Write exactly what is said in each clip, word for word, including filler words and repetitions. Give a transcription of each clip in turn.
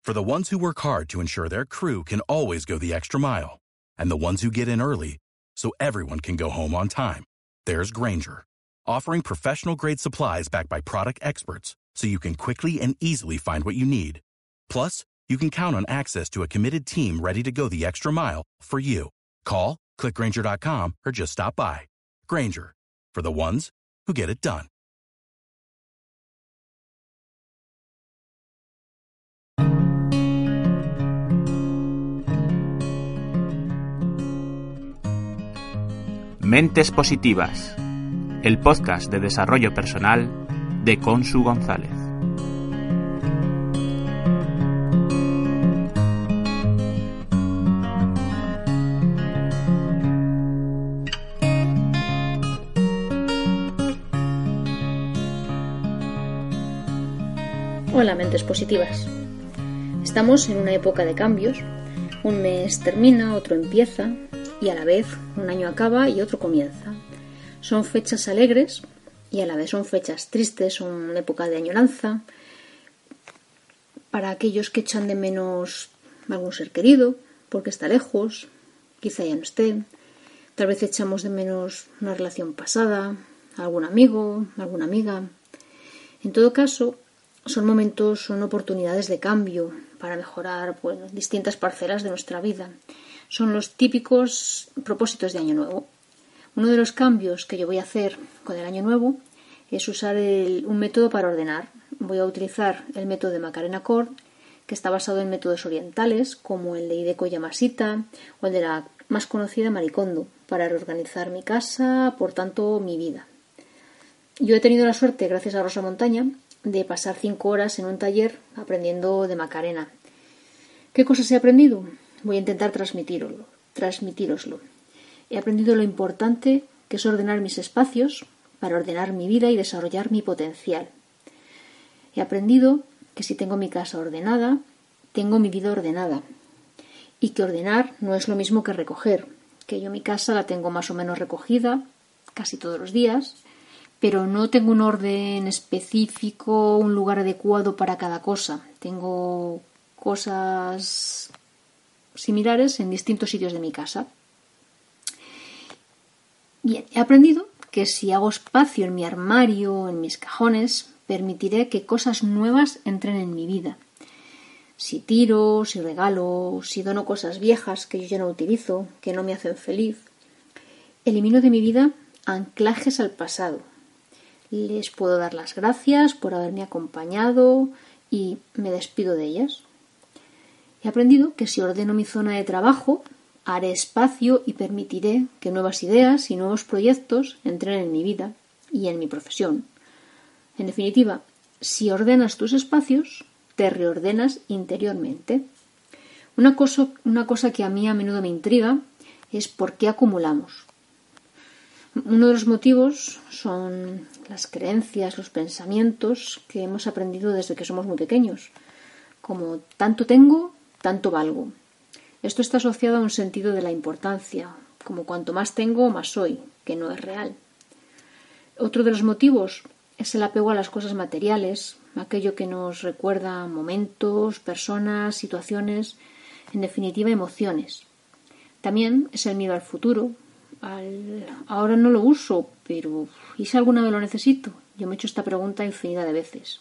For the ones who work hard to ensure their crew can always go the extra mile, and the ones who get in early so everyone can go home on time, there's Grainger, offering professional-grade supplies backed by product experts so you can quickly and easily find what you need. Plus, you can count on access to a committed team ready to go the extra mile for you. Call, click Grainger dot com, or just stop by. Grainger, for the ones who get it done. Mentes Positivas, el podcast de desarrollo personal de Consu González. Hola, Mentes Positivas. Estamos en una época de cambios. Un mes termina, otro empieza, y a la vez un año acaba y otro comienza. Son fechas alegres y a la vez son fechas tristes, son una época de añoranza para aquellos que echan de menos algún ser querido porque está lejos, quizá ya no esté. Tal vez echamos de menos una relación pasada, algún amigo, alguna amiga. En todo caso, son momentos, son oportunidades de cambio para mejorar, bueno, distintas parcelas de nuestra vida. Son los típicos propósitos de Año Nuevo. Uno de los cambios que yo voy a hacer con el Año Nuevo es usar el, un método para ordenar. Voy a utilizar el método de Macarena Cord, que está basado en métodos orientales, como el de Hideko Yamashita o el de la más conocida Marie Kondo, para reorganizar mi casa, por tanto, mi vida. Yo he tenido la suerte, gracias a Rosa Montaña, de pasar cinco horas en un taller aprendiendo de Macarena. ¿Qué cosas he aprendido? Voy a intentar transmitiroslo, transmitíroslo. He aprendido lo importante que es ordenar mis espacios para ordenar mi vida y desarrollar mi potencial. He aprendido que si tengo mi casa ordenada, tengo mi vida ordenada. Y que ordenar no es lo mismo que recoger. Que yo mi casa la tengo más o menos recogida casi todos los días, pero no tengo un orden específico, un lugar adecuado para cada cosa. Tengo cosas similares en distintos sitios de mi casa. Bien, he aprendido que si hago espacio en mi armario, en mis cajones, permitiré que cosas nuevas entren en mi vida. Si tiro, si regalo, si dono cosas viejas que yo ya no utilizo, que no me hacen feliz, elimino de mi vida anclajes al pasado. Les puedo dar las gracias por haberme acompañado y me despido de ellas. He aprendido que si ordeno mi zona de trabajo, haré espacio y permitiré que nuevas ideas y nuevos proyectos entren en mi vida y en mi profesión. En definitiva, si ordenas tus espacios, te reordenas interiormente. Una cosa, una cosa que a mí a menudo me intriga es por qué acumulamos. Uno de los motivos son las creencias, los pensamientos que hemos aprendido desde que somos muy pequeños, como tanto tengo, tanto valgo. Esto está asociado a un sentido de la importancia, como cuanto más tengo, más soy, que no es real. Otro de los motivos es el apego a las cosas materiales, aquello que nos recuerda momentos, personas, situaciones, en definitiva emociones. También es el miedo al futuro. Al... Ahora no lo uso, pero ¿y si alguna vez lo necesito? Yo me he hecho esta pregunta infinidad de veces.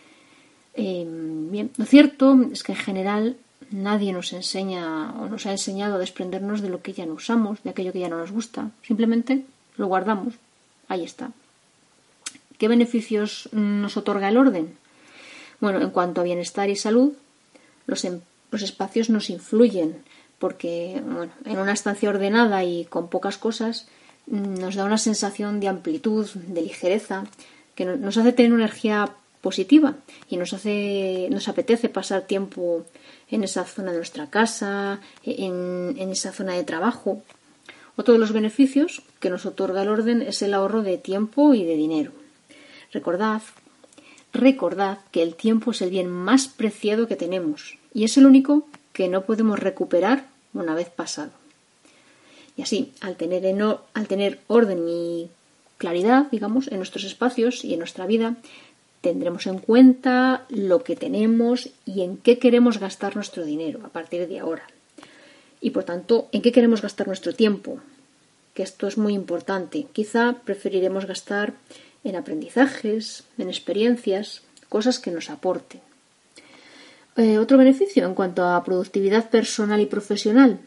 Eh, bien, lo cierto es que en general nadie nos enseña o nos ha enseñado a desprendernos de lo que ya no usamos, de aquello que ya no nos gusta. Simplemente lo guardamos. Ahí está. ¿Qué beneficios nos otorga el orden? Bueno, en cuanto a bienestar y salud, los, em- los espacios nos influyen, porque bueno, en una estancia ordenada y con pocas cosas nos da una sensación de amplitud, de ligereza, que nos hace tener una energía positiva y nos hace, nos apetece pasar tiempo en esa zona de nuestra casa, en, en esa zona de trabajo. Otro de los beneficios que nos otorga el orden es el ahorro de tiempo y de dinero. Recordad, recordad que el tiempo es el bien más preciado que tenemos y es el único que no podemos recuperar una vez pasado. Y así, al tener, al tener orden y claridad, digamos, en nuestros espacios y en nuestra vida, Tendremos en cuenta lo que tenemos y en qué queremos gastar nuestro dinero a partir de ahora. Y por tanto, en qué queremos gastar nuestro tiempo, que esto es muy importante. Quizá preferiremos gastar en aprendizajes, en experiencias, cosas que nos aporten. Eh, otro beneficio en cuanto a productividad personal y profesional,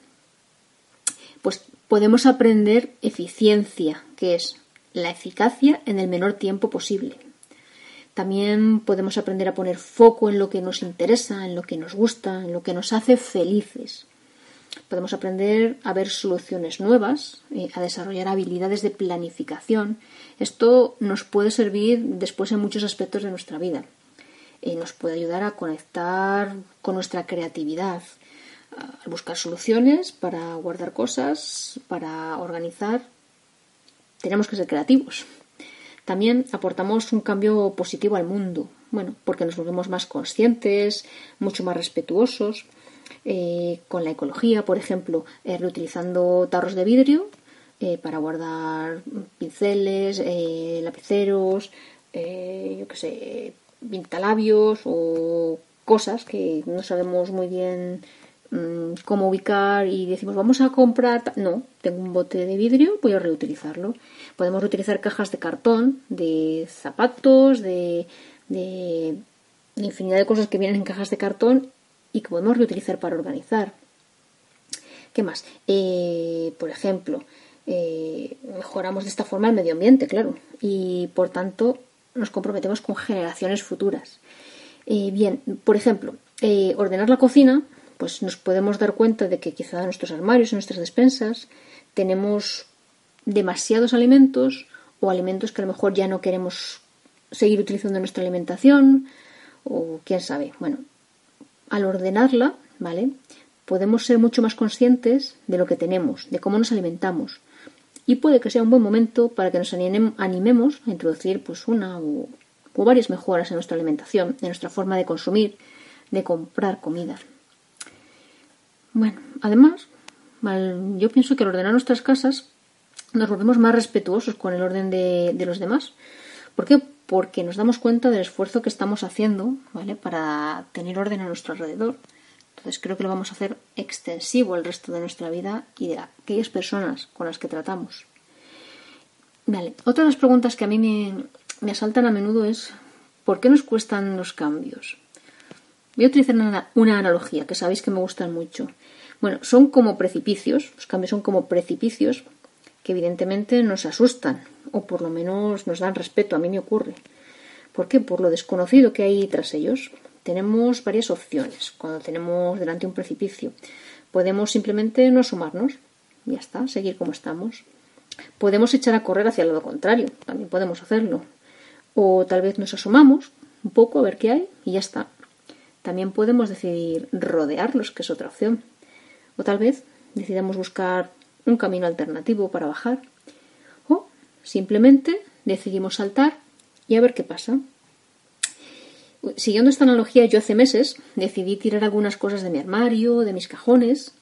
pues podemos aprender eficiencia, que es la eficacia en el menor tiempo posible. También podemos aprender a poner foco en lo que nos interesa, en lo que nos gusta, en lo que nos hace felices. Podemos aprender a ver soluciones nuevas, eh, a desarrollar habilidades de planificación. Esto nos puede servir después en muchos aspectos de nuestra vida. Eh, nos puede ayudar a conectar con nuestra creatividad, a buscar soluciones para guardar cosas, para organizar. Tenemos que ser creativos. También aportamos un cambio positivo al mundo, bueno, porque nos volvemos más conscientes, mucho más respetuosos eh, con la ecología, por ejemplo, eh, reutilizando tarros de vidrio eh, para guardar pinceles, eh, lapiceros, eh, yo qué sé, pintalabios o cosas que no sabemos muy bien mmm, cómo ubicar y decimos vamos a comprar. No, tengo un bote de vidrio, voy a reutilizarlo. Podemos reutilizar cajas de cartón, de zapatos, de, de, de infinidad de cosas que vienen en cajas de cartón y que podemos reutilizar para organizar. ¿Qué más? Eh, por ejemplo, eh, mejoramos de esta forma el medio ambiente, claro, y por tanto nos comprometemos con generaciones futuras. Eh, bien, por ejemplo, eh, ordenar la cocina, pues nos podemos dar cuenta de que quizá en nuestros armarios, en nuestras despensas, tenemos demasiados alimentos o alimentos que a lo mejor ya no queremos seguir utilizando en nuestra alimentación o quién sabe. Bueno, al ordenarla, ¿vale?, podemos ser mucho más conscientes de lo que tenemos, de cómo nos alimentamos. Y puede que sea un buen momento para que nos animemos a introducir pues una o, o varias mejoras en nuestra alimentación, en nuestra forma de consumir, de comprar comida. Bueno, además, yo pienso que al ordenar nuestras casas nos volvemos más respetuosos con el orden de, de los demás. ¿Por qué? Porque nos damos cuenta del esfuerzo que estamos haciendo, ¿vale?, para tener orden a nuestro alrededor. Entonces creo que lo vamos a hacer extensivo el resto de nuestra vida y de aquellas personas con las que tratamos. Vale. Otra de las preguntas que a mí me, me asaltan a menudo es ¿por qué nos cuestan los cambios? Voy a utilizar una, una analogía que sabéis que me gustan mucho. Bueno, son como precipicios, los cambios son como precipicios que evidentemente nos asustan o por lo menos nos dan respeto, a mí me ocurre. ¿Por qué? Por lo desconocido que hay tras ellos. Tenemos varias opciones cuando tenemos delante un precipicio. Podemos simplemente no asomarnos, ya está, seguir como estamos. Podemos echar a correr hacia el lado contrario, también podemos hacerlo. O tal vez nos asomamos un poco a ver qué hay y ya está. También podemos decidir rodearlos, que es otra opción. O tal vez decidamos buscar un camino alternativo para bajar. O simplemente decidimos saltar y a ver qué pasa. Siguiendo esta analogía, yo hace meses decidí tirar algunas cosas de mi armario, de mis cajones.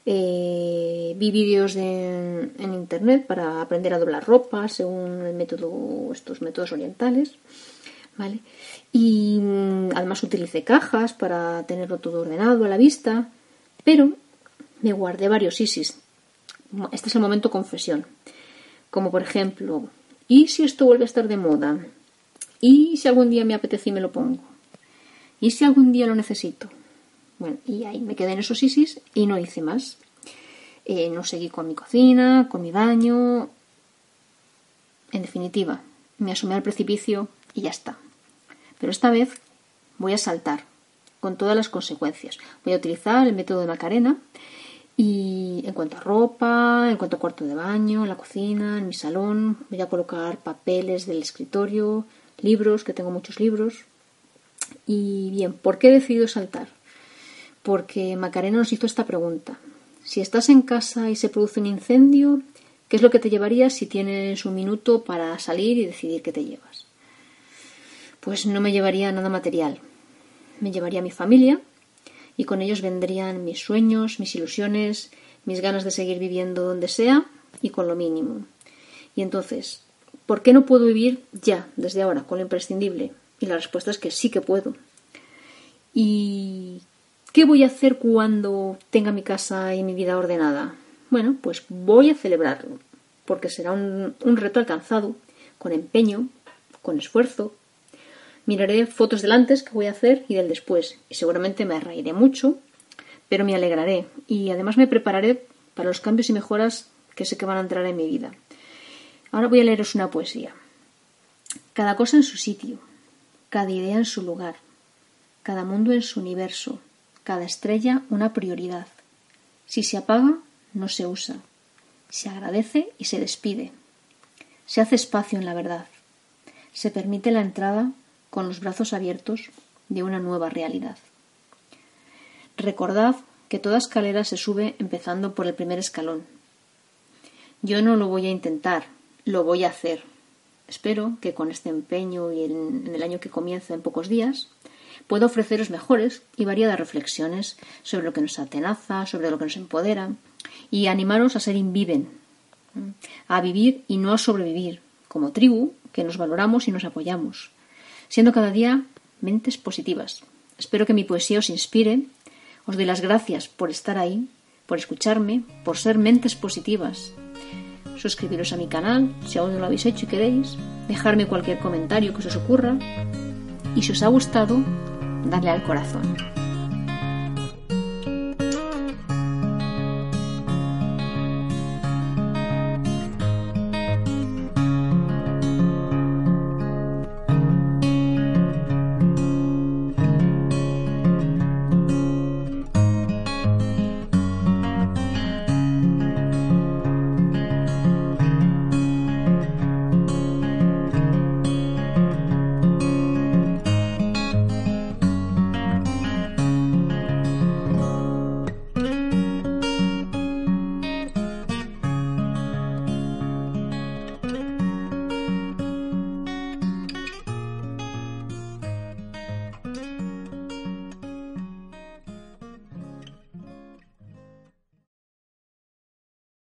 Eh, vi vídeos de, en internet para aprender a doblar ropa según el método, estos métodos orientales, ¿vale? Y además utilicé cajas para tenerlo todo ordenado a la vista, pero me guardé varios ISIs. Este es el momento confesión. Como por ejemplo, ¿y si esto vuelve a estar de moda? ¿Y si algún día me apetece y me lo pongo? ¿Y si algún día lo necesito? Bueno, y ahí me quedé en esos ISIs y no hice más. Eh, no seguí con mi cocina, con mi baño. En definitiva, me asomé al precipicio y ya está. Pero esta vez voy a saltar con todas las consecuencias. Voy a utilizar el método de Macarena y en cuanto a ropa, en cuanto a cuarto de baño, en la cocina, en mi salón, voy a colocar papeles del escritorio, libros, que tengo muchos libros. Y bien, ¿por qué he decidido saltar? Porque Macarena nos hizo esta pregunta. Si estás en casa y se produce un incendio, ¿qué es lo que te llevarías si tienes un minuto para salir y decidir qué te llevas? Pues no me llevaría nada material. Me llevaría a mi familia y con ellos vendrían mis sueños, mis ilusiones, mis ganas de seguir viviendo donde sea y con lo mínimo. Y entonces, ¿por qué no puedo vivir ya, desde ahora, con lo imprescindible? Y la respuesta es que sí que puedo. ¿Y qué voy a hacer cuando tenga mi casa y mi vida ordenada? Bueno, pues voy a celebrarlo, porque será un, un reto alcanzado, con empeño, con esfuerzo. Miraré fotos del antes que voy a hacer y del después, y seguramente me reiré mucho, pero me alegraré, y además me prepararé para los cambios y mejoras que sé que van a entrar en mi vida. Ahora voy a leeros una poesía. Cada cosa en su sitio, cada idea en su lugar, cada mundo en su universo, cada estrella una prioridad. Si se apaga, no se usa. Se agradece y se despide. Se hace espacio en la verdad. Se permite la entrada con los brazos abiertos de una nueva realidad. Recordad que toda escalera se sube empezando por el primer escalón. Yo no lo voy a intentar, lo voy a hacer. Espero que con este empeño y en, en el año que comienza en pocos días pueda ofreceros mejores y variadas reflexiones sobre lo que nos atenaza, sobre lo que nos empodera y animaros a ser inviven, a vivir y no a sobrevivir, como tribu que nos valoramos y nos apoyamos, siendo cada día mentes positivas. Espero que mi poesía os inspire. Os doy las gracias por estar ahí, por escucharme, por ser mentes positivas. Suscribiros a mi canal si aún no lo habéis hecho y queréis, dejarme cualquier comentario que os ocurra y si os ha gustado, darle al corazón.